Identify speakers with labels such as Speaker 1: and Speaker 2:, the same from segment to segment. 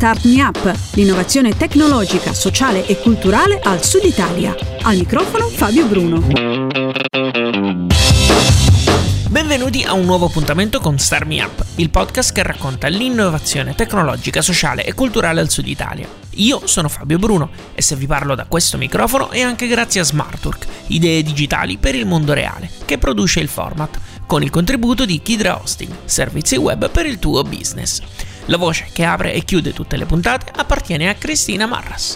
Speaker 1: Start Me Up, l'innovazione tecnologica, sociale e culturale al Sud Italia. Al microfono Fabio Bruno.
Speaker 2: Benvenuti a un nuovo appuntamento con Start Me Up, il podcast che racconta l'innovazione tecnologica, sociale e culturale al Sud Italia. Io sono Fabio Bruno e se vi parlo da questo microfono è anche grazie a Smartwork, idee digitali per il mondo reale, che produce il format, con il contributo di Kidra Hosting, servizi web per il tuo business. La voce che apre e chiude tutte le puntate appartiene a Cristina Marras.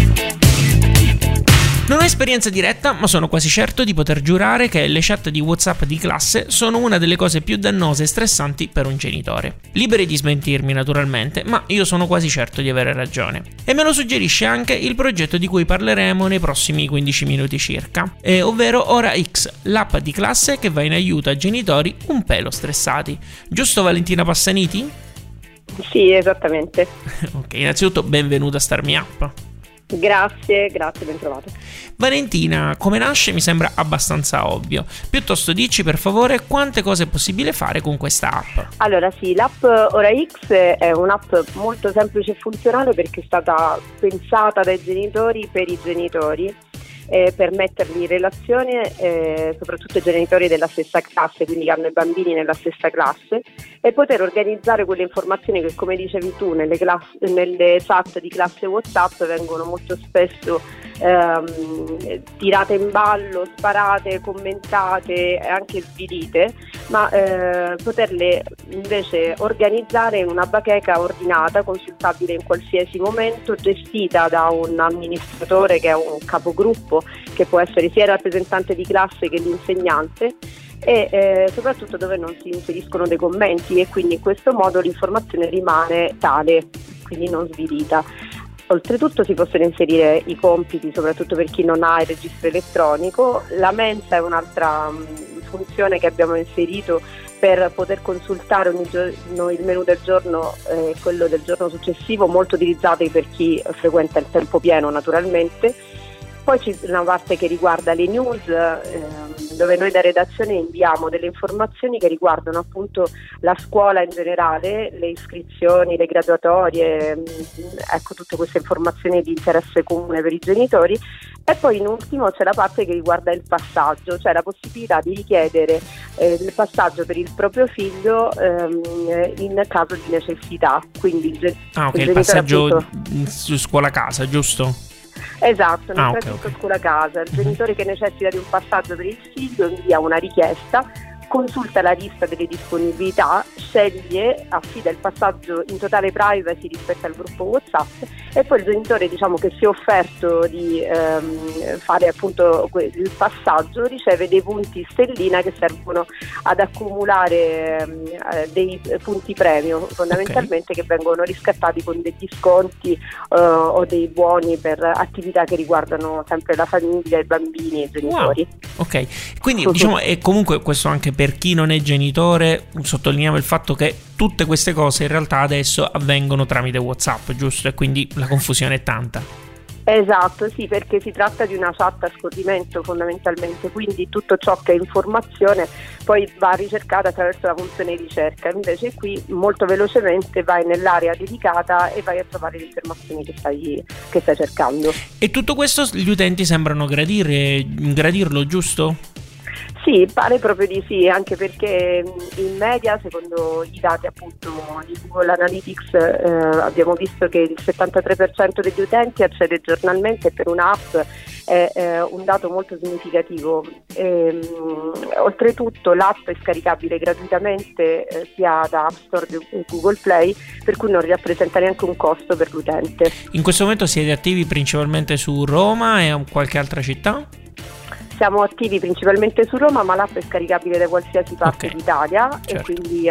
Speaker 2: Non ho esperienza diretta, ma sono quasi certo di poter giurare che le chat di WhatsApp di classe sono una delle cose più dannose e stressanti per un genitore. Liberi di smentirmi naturalmente, ma io sono quasi certo di avere ragione. E me lo suggerisce anche il progetto di cui parleremo nei prossimi 15 minuti circa, ovvero Ora X, l'app di classe che va in aiuto a genitori un pelo stressati. Giusto, Valentina Passaniti?
Speaker 3: Sì, esattamente.
Speaker 2: Ok, innanzitutto benvenuta a Start Me Up.
Speaker 3: Grazie, ben trovato.
Speaker 2: Valentina, come nasce mi sembra abbastanza ovvio. Piuttosto dici per favore quante cose è possibile fare con questa app.
Speaker 3: Allora sì, l'app Ora X è un'app molto semplice e funzionale perché è stata pensata dai genitori per i genitori, per metterli in relazione soprattutto i genitori della stessa classe, quindi che hanno i bambini nella stessa classe, e poter organizzare quelle informazioni che, come dicevi tu, nelle chat di classe WhatsApp vengono molto spesso tirate in ballo, sparate, commentate e anche svilite, ma poterle invece organizzare in una bacheca ordinata, consultabile in qualsiasi momento, gestita da un amministratore che è un capogruppo, che può essere sia il rappresentante di classe che l'insegnante, e soprattutto dove non si inseriscono dei commenti, e quindi in questo modo l'informazione rimane tale, quindi non svilita. Oltretutto si possono inserire i compiti, soprattutto per chi non ha il registro elettronico. La mensa è un'altra funzione che abbiamo inserito per poter consultare ogni giorno il menù del giorno e quello del giorno successivo, molto utilizzati per chi frequenta il tempo pieno naturalmente. Poi c'è una parte che riguarda le news, dove noi da redazione inviamo delle informazioni che riguardano appunto la scuola in generale, le iscrizioni, le graduatorie, ecco, tutte queste informazioni di interesse comune per i genitori. E poi in ultimo c'è la parte che riguarda il passaggio, cioè la possibilità di richiedere il passaggio per il proprio figlio in caso di necessità. Quindi
Speaker 2: il passaggio appunto su scuola-casa, giusto?
Speaker 3: Esatto, nel tragitto scuola-casa, il genitore che necessita di un passaggio per il figlio invia una richiesta, consulta la lista delle disponibilità, sceglie, affida il passaggio in totale privacy rispetto al gruppo WhatsApp, e poi il genitore, diciamo, che si è offerto di fare appunto il passaggio riceve dei punti stellina che servono ad accumulare dei punti premio, fondamentalmente, che vengono riscattati con degli sconti o dei buoni per attività che riguardano sempre la famiglia, i bambini e i genitori.
Speaker 2: Wow. Ok, quindi diciamo, e comunque questo anche per chi non è genitore, sottolineiamo il fatto che tutte queste cose in realtà adesso avvengono tramite WhatsApp, giusto? E quindi la confusione è tanta.
Speaker 3: Esatto, sì, perché si tratta di una chat a scorrimento fondamentalmente, quindi tutto ciò che è informazione poi va ricercata attraverso la funzione ricerca, invece qui molto velocemente vai nell'area dedicata e vai a trovare le informazioni che stai cercando.
Speaker 2: E tutto questo gli utenti sembrano gradirlo, giusto?
Speaker 3: Sì, pare proprio di sì, anche perché in media, secondo i dati appunto di Google Analytics, abbiamo visto che il 73% degli utenti accede giornalmente, e per un'app è un dato molto significativo. Oltretutto l'app è scaricabile gratuitamente sia da App Store che Google Play, per cui non rappresenta neanche un costo per l'utente.
Speaker 2: In questo momento siete attivi principalmente su Roma e qualche altra città?
Speaker 3: Siamo attivi principalmente su Roma, ma l'app è scaricabile da qualsiasi parte d'Italia, certo. E quindi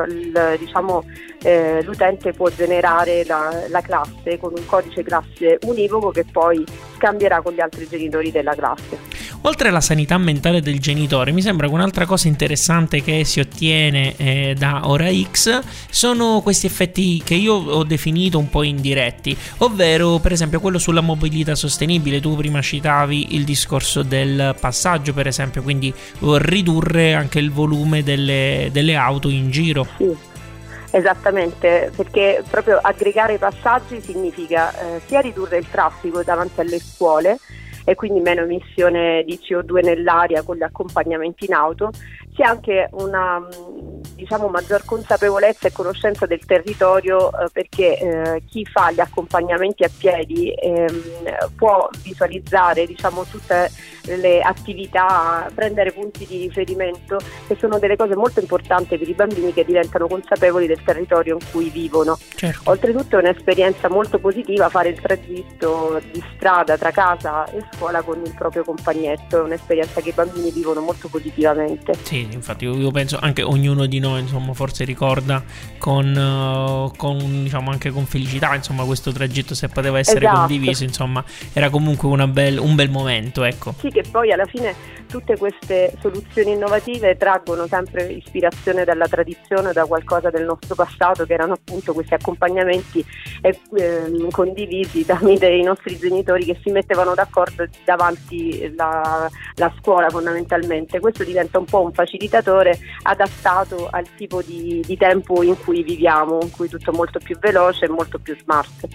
Speaker 3: l'utente può generare la classe con un codice classe univoco che poi scambierà con gli altri genitori della classe.
Speaker 2: Oltre alla sanità mentale del genitore, mi sembra che un'altra cosa interessante che si ottiene da Ora X sono questi effetti che io ho definito un po' indiretti, ovvero per esempio quello sulla mobilità sostenibile. Tu prima citavi il discorso del passaggio, per esempio, quindi ridurre anche il volume delle auto in giro.
Speaker 3: Sì. Esattamente, perché proprio aggregare i passaggi significa sia ridurre il traffico davanti alle scuole e quindi meno emissione di CO2 nell'aria con gli accompagnamenti in auto, sia anche una maggior consapevolezza e conoscenza del territorio, perché chi fa gli accompagnamenti a piedi può visualizzare tutte le attività, prendere punti di riferimento, che sono delle cose molto importanti per i bambini che diventano consapevoli del territorio in cui vivono.
Speaker 2: Certo.
Speaker 3: Oltretutto è un'esperienza molto positiva fare il tragitto di strada tra casa e scuola con il proprio compagnetto, è un'esperienza che i bambini vivono molto positivamente.
Speaker 2: Sì, infatti io penso anche ognuno di noi forse ricorda con anche con felicità questo tragitto, se poteva essere condiviso, era comunque un bel momento, ecco.
Speaker 3: Sì, che poi alla fine tutte queste soluzioni innovative traggono sempre ispirazione dalla tradizione, da qualcosa del nostro passato, che erano appunto questi accompagnamenti condivisi tramite i nostri genitori che si mettevano d'accordo davanti la scuola fondamentalmente. Questo diventa un po' un facilitatore adattato al tipo di tempo in cui viviamo, in cui tutto è molto più veloce e molto più smart.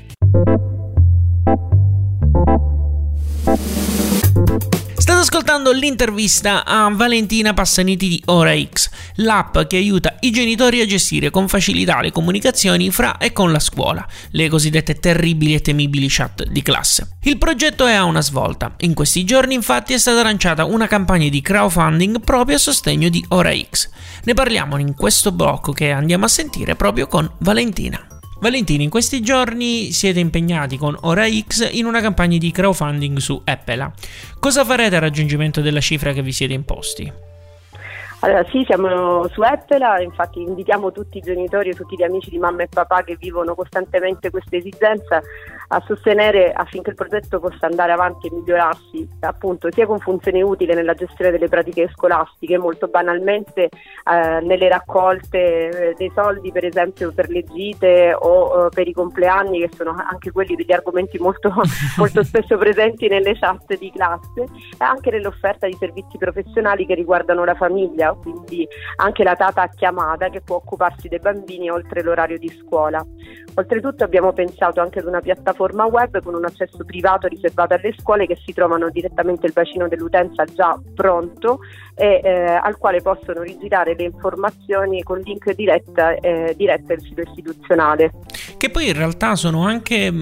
Speaker 2: State ascoltando l'intervista a Valentina Passaniti di OraX, l'app che aiuta i genitori a gestire con facilità le comunicazioni fra e con la scuola, le cosiddette terribili e temibili chat di classe. Il progetto è a una svolta. In questi giorni infatti è stata lanciata una campagna di crowdfunding proprio a sostegno di OraX. Ne parliamo in questo blocco che andiamo a sentire proprio con Valentina. Valentina, in questi giorni siete impegnati con OraX in una campagna di crowdfunding su Appela. Cosa farete al raggiungimento della cifra che vi siete imposti?
Speaker 3: Allora sì, siamo su Appela, infatti invitiamo tutti i genitori e tutti gli amici di mamma e papà che vivono costantemente questa esigenza a sostenere affinché il progetto possa andare avanti e migliorarsi, appunto sia con funzioni utili nella gestione delle pratiche scolastiche, molto banalmente nelle raccolte dei soldi per esempio per le gite o per i compleanni, che sono anche quelli degli argomenti molto, molto spesso presenti nelle chat di classe, e anche nell'offerta di servizi professionali che riguardano la famiglia, quindi anche la tata a chiamata che può occuparsi dei bambini oltre l'orario di scuola. Oltretutto abbiamo pensato anche ad una piattaforma web con un accesso privato riservato alle scuole che si trovano direttamente il bacino dell'utenza già pronto e al quale possono rigirare le informazioni con link diretto al sito istituzionale.
Speaker 2: Che poi in realtà sono anche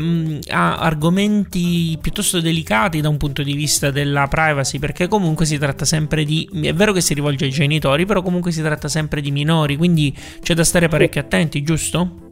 Speaker 2: argomenti piuttosto delicati da un punto di vista della privacy, perché comunque si tratta sempre è vero che si rivolge ai genitori, però comunque si tratta sempre di minori, quindi c'è da stare parecchio attenti, giusto?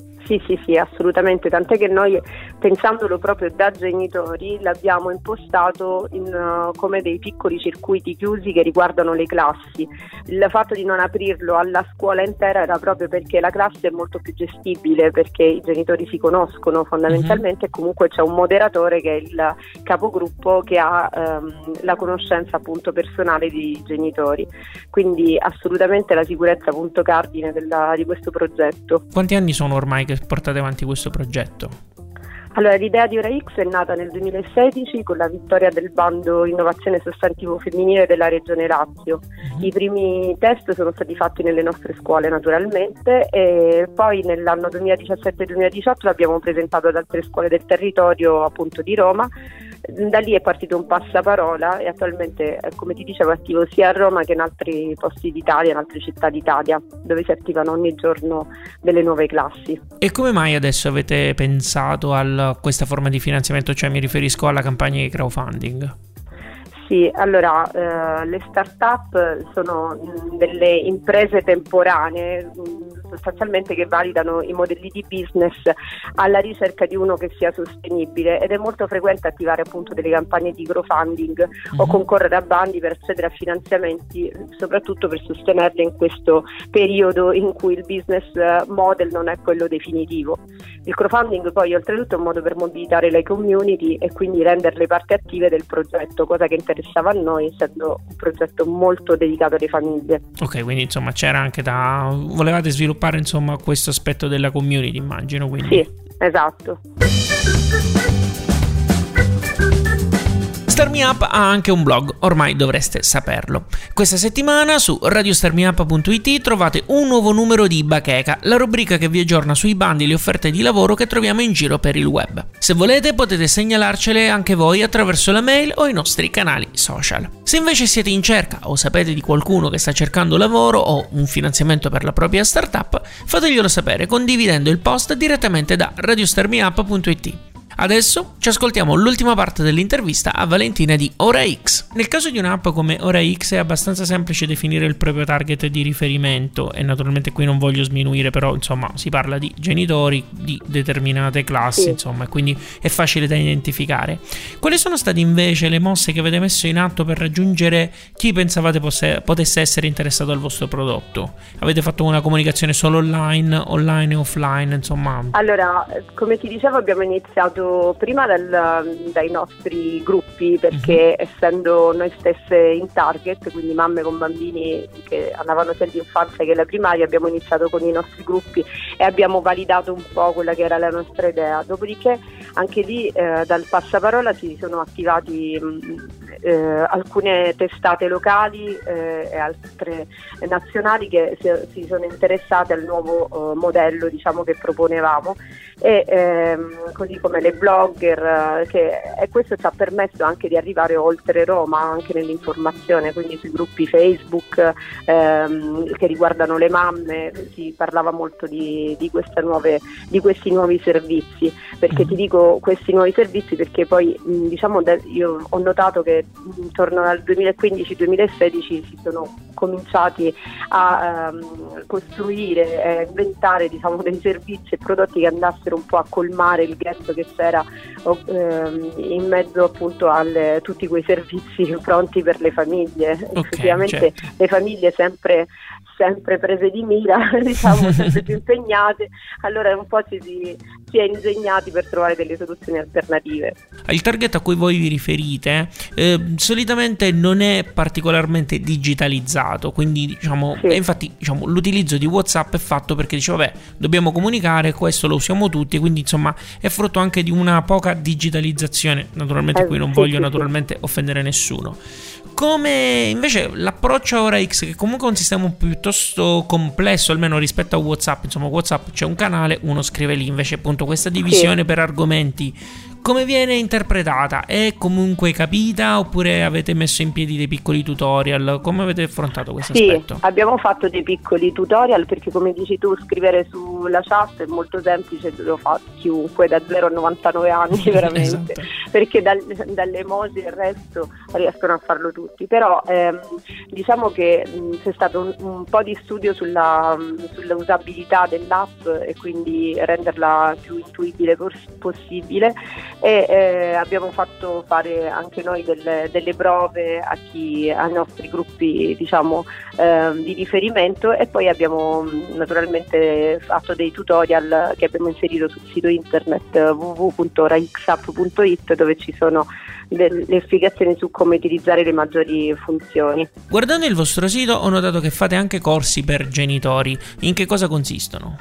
Speaker 3: Sì, assolutamente, tant'è che noi, pensandolo proprio da genitori, l'abbiamo impostato come dei piccoli circuiti chiusi che riguardano le classi. Il fatto di non aprirlo alla scuola intera era proprio perché la classe è molto più gestibile, perché i genitori si conoscono fondamentalmente, e comunque c'è un moderatore che è il capogruppo che ha la conoscenza appunto personale dei genitori. Quindi assolutamente la sicurezza punto cardine di questo progetto.
Speaker 2: Quanti anni sono ormai che portate avanti questo progetto?
Speaker 3: Allora, l'idea di OraX è nata nel 2016 con la vittoria del bando Innovazione Sostantivo Femminile della Regione Lazio. I primi test sono stati fatti nelle nostre scuole naturalmente, e poi nell'anno 2017-2018 l'abbiamo presentato ad altre scuole del territorio, appunto di Roma. Da lì è partito un passaparola e attualmente, come ti dicevo, è attivo sia a Roma che in altri posti d'Italia, in altre città d'Italia, dove si attivano ogni giorno delle nuove classi.
Speaker 2: E come mai adesso avete pensato a questa forma di finanziamento? Cioè mi riferisco alla campagna di crowdfunding.
Speaker 3: Sì, allora le start-up sono delle imprese temporanee, sostanzialmente che validano i modelli di business alla ricerca di uno che sia sostenibile, ed è molto frequente attivare appunto delle campagne di crowdfunding o concorrere a bandi per accedere a finanziamenti, soprattutto per sostenerle in questo periodo in cui il business model non è quello definitivo. Il crowdfunding poi oltretutto è un modo per mobilitare le community e quindi renderle parte attive del progetto, cosa che interessava a noi, essendo un progetto molto dedicato alle famiglie.
Speaker 2: Ok, quindi insomma c'era anche volevate sviluppare insomma questo aspetto della community, immagino, quindi.
Speaker 3: Sì, esatto.
Speaker 2: Start Me Up ha anche un blog, ormai dovreste saperlo. Questa settimana su radiostarmeup.it trovate un nuovo numero di Bacheca, la rubrica che vi aggiorna sui bandi e le offerte di lavoro che troviamo in giro per il web. Se volete potete segnalarcele anche voi attraverso la mail o i nostri canali social. Se invece siete in cerca o sapete di qualcuno che sta cercando lavoro o un finanziamento per la propria startup, fateglielo sapere condividendo il post direttamente da radiostarmeup.it. Adesso ci ascoltiamo l'ultima parte dell'intervista a Valentina di Ora X. Nel caso di un'app come Ora X è abbastanza semplice definire il proprio target di riferimento e naturalmente qui non voglio sminuire, però insomma si parla di genitori di determinate classi, insomma, quindi è facile da identificare. Quali sono state invece le mosse che avete messo in atto per raggiungere chi pensavate potesse essere interessato al vostro prodotto? Avete fatto una comunicazione solo online e offline, insomma?
Speaker 3: Allora, come ti dicevo, abbiamo iniziato prima dai nostri gruppi, perché essendo noi stesse in target, quindi mamme con bambini che andavano sia all'infanzia che alla primaria, abbiamo iniziato con i nostri gruppi e abbiamo validato un po' quella che era la nostra idea. Dopodiché anche lì dal passaparola si sono attivati alcune testate locali e altre nazionali che si sono interessate al nuovo modello, diciamo, che proponevamo, e così come le blogger, e questo ci ha permesso anche di arrivare oltre Roma, anche nell'informazione, quindi sui gruppi Facebook che riguardano le mamme si parlava molto di questi nuovi servizi. Perché ti dico questi nuovi servizi perché poi diciamo io ho notato che intorno al 2015-2016 si sono cominciati a costruire e inventare, diciamo, dei servizi e prodotti che andassero un po' a colmare il gap che c'era in mezzo appunto a tutti quei servizi pronti per le famiglie. Effettivamente certo. Le famiglie sempre prese di mira, diciamo, sempre più impegnate, allora un po' si è ingegnati per trovare delle soluzioni alternative.
Speaker 2: Il target a cui voi vi riferite solitamente non è particolarmente digitalizzato, quindi diciamo, e infatti diciamo, l'utilizzo di WhatsApp è fatto perché dice vabbè, dobbiamo comunicare, questo lo usiamo tutti, quindi insomma è frutto anche di una poca digitalizzazione. Naturalmente qui non voglio naturalmente offendere nessuno. Come invece l'approccio a Ora X, che comunque è un sistema piuttosto complesso, almeno rispetto a WhatsApp. Insomma, WhatsApp c'è un canale, uno scrive lì, invece appunto questa divisione per argomenti, come viene interpretata? È comunque capita oppure avete messo in piedi dei piccoli tutorial? Come avete affrontato questo aspetto?
Speaker 3: Sì, abbiamo fatto dei piccoli tutorial perché, come dici tu, scrivere sulla chat è molto semplice, lo fa chiunque da 0 a 99 anni veramente, esatto. Perché dalle emoji e il resto riescono a farlo tutti, però diciamo che c'è stato un po' di studio sulla usabilità dell'app e quindi renderla più intuibile possibile. E abbiamo fatto fare anche noi delle prove ai nostri gruppi, diciamo, di riferimento, e poi abbiamo naturalmente fatto dei tutorial che abbiamo inserito sul sito internet www.oraxapp.it, dove ci sono le spiegazioni su come utilizzare le maggiori funzioni.
Speaker 2: Guardando il vostro sito ho notato che fate anche corsi per genitori. In che cosa consistono?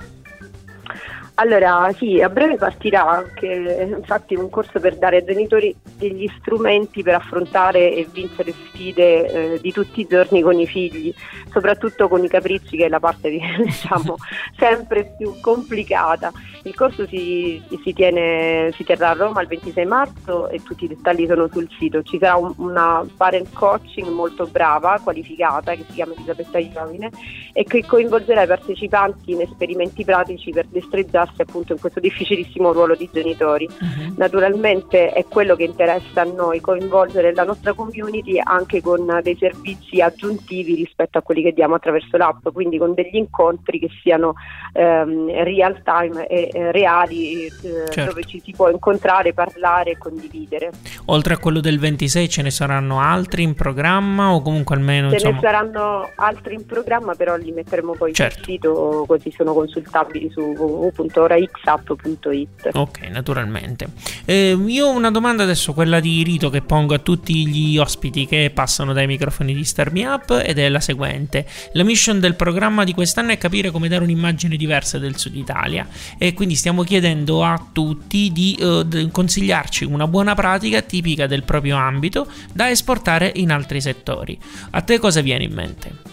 Speaker 3: Allora sì, a breve partirà anche infatti un corso per dare ai genitori degli strumenti per affrontare e vincere sfide di tutti i giorni con i figli, soprattutto con i capricci, che è la parte diciamo sempre più complicata. Il corso si terrà a Roma il 26 marzo e tutti i dettagli sono sul sito. Ci sarà una parent coaching molto brava, qualificata, che si chiama Elisabetta Iovine e che coinvolgerà i partecipanti in esperimenti pratici per destreggiarsi appunto in questo difficilissimo ruolo di genitori. Naturalmente è quello che interessa a noi, coinvolgere la nostra community anche con dei servizi aggiuntivi rispetto a quelli che diamo attraverso l'app, quindi con degli incontri che siano real time e reali, certo. Dove ci si può incontrare, parlare e condividere.
Speaker 2: Oltre a quello del 26 ce ne saranno altri in programma o comunque almeno
Speaker 3: ne saranno altri in programma, però li metteremo poi sul sito, così sono consultabili su www.oraxapp.it.
Speaker 2: Ok, naturalmente. Io ho una domanda adesso, quella di rito, che pongo a tutti gli ospiti che passano dai microfoni di Start Me Up, ed è la seguente: la mission del programma di quest'anno è capire come dare un'immagine diversa del Sud Italia, e quindi stiamo chiedendo a tutti di consigliarci una buona pratica tipica del proprio ambito da esportare in altri settori. A te cosa viene in mente?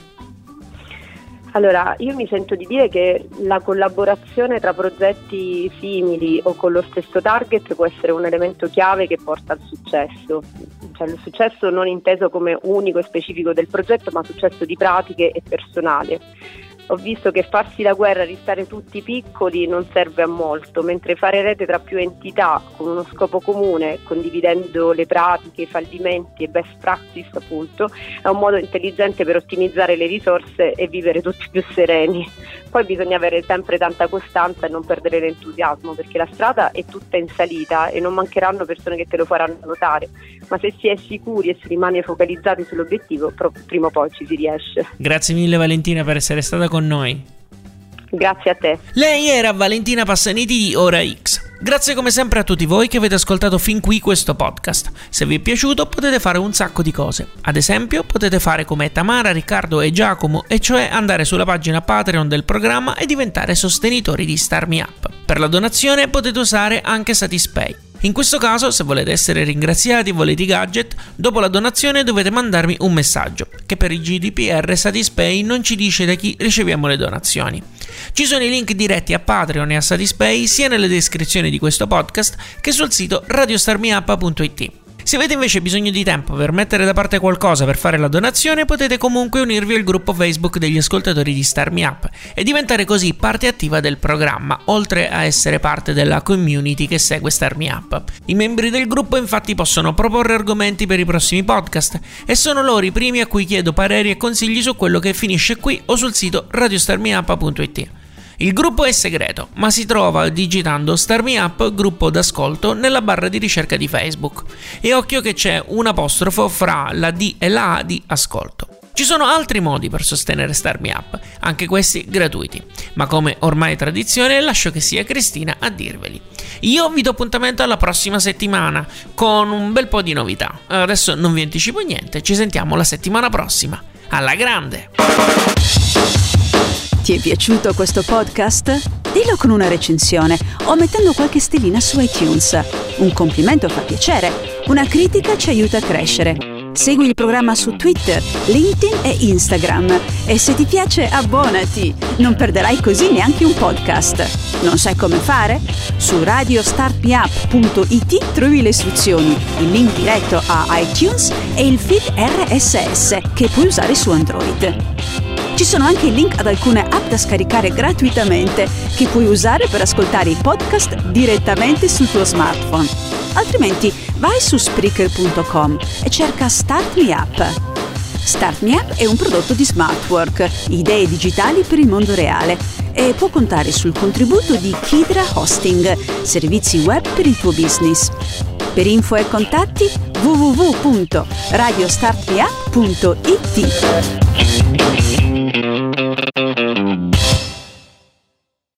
Speaker 3: Allora, io mi sento di dire che la collaborazione tra progetti simili o con lo stesso target può essere un elemento chiave che porta al successo. Cioè, il successo non inteso come unico e specifico del progetto, ma successo di pratiche e personale. Ho visto che farsi la guerra, restare tutti piccoli non serve a molto, mentre fare rete tra più entità con uno scopo comune, condividendo le pratiche, i fallimenti e best practice appunto, è un modo intelligente per ottimizzare le risorse e vivere tutti più sereni. Poi bisogna avere sempre tanta costanza e non perdere l'entusiasmo, perché la strada è tutta in salita e non mancheranno persone che te lo faranno notare, ma se si è sicuri e si rimane focalizzati sull'obiettivo, prima o poi ci si riesce.
Speaker 2: Grazie mille Valentina per essere stata con noi.
Speaker 3: Grazie a te.
Speaker 2: Lei era Valentina Passaniti di Ora X. Grazie come sempre a tutti voi che avete ascoltato fin qui questo podcast. Se vi è piaciuto potete fare un sacco di cose. Ad esempio potete fare come Tamara, Riccardo e Giacomo, e cioè andare sulla pagina Patreon del programma e diventare sostenitori di Start Me Up. Per la donazione potete usare anche Satispay. In questo caso, se volete essere ringraziati e volete i gadget, dopo la donazione dovete mandarmi un messaggio, che per il GDPR Satispay non ci dice da chi riceviamo le donazioni. Ci sono i link diretti a Patreon e a Satispay sia nelle descrizioni di questo podcast che sul sito radiostarmeup.it. Se avete invece bisogno di tempo per mettere da parte qualcosa per fare la donazione, potete comunque unirvi al gruppo Facebook degli ascoltatori di Start Me Up e diventare così parte attiva del programma, oltre a essere parte della community che segue Start Me Up. I membri del gruppo infatti possono proporre argomenti per i prossimi podcast e sono loro i primi a cui chiedo pareri e consigli su quello che finisce qui o sul sito radiostarmeup.it. Il gruppo è segreto, ma si trova digitando Start Me Up gruppo d'ascolto nella barra di ricerca di Facebook. E occhio che c'è un apostrofo fra la D e la A di ascolto. Ci sono altri modi per sostenere Start Me Up, anche questi gratuiti, ma come ormai è tradizione lascio che sia Cristina a dirveli. Io vi do appuntamento alla prossima settimana con un bel po' di novità. Adesso non vi anticipo niente, ci sentiamo la settimana prossima. Alla grande!
Speaker 1: Ti è piaciuto questo podcast? Dillo con una recensione o mettendo qualche stellina su iTunes. Un complimento fa piacere, una critica ci aiuta a crescere. Segui il programma su Twitter, LinkedIn e Instagram e se ti piace abbonati, non perderai così neanche un podcast. Non sai come fare? Su radiostartmeup.it trovi le istruzioni, il link diretto a iTunes e il feed RSS che puoi usare su Android. Ci sono anche i link ad alcune app da scaricare gratuitamente che puoi usare per ascoltare i podcast direttamente sul tuo smartphone. Altrimenti vai su Spreaker.com e cerca Start Me Up. Start Me Up è un prodotto di Smartwork, idee digitali per il mondo reale, e può contare sul contributo di Kidra Hosting, servizi web per il tuo business. Per info e contatti www.radiostartmeup.it.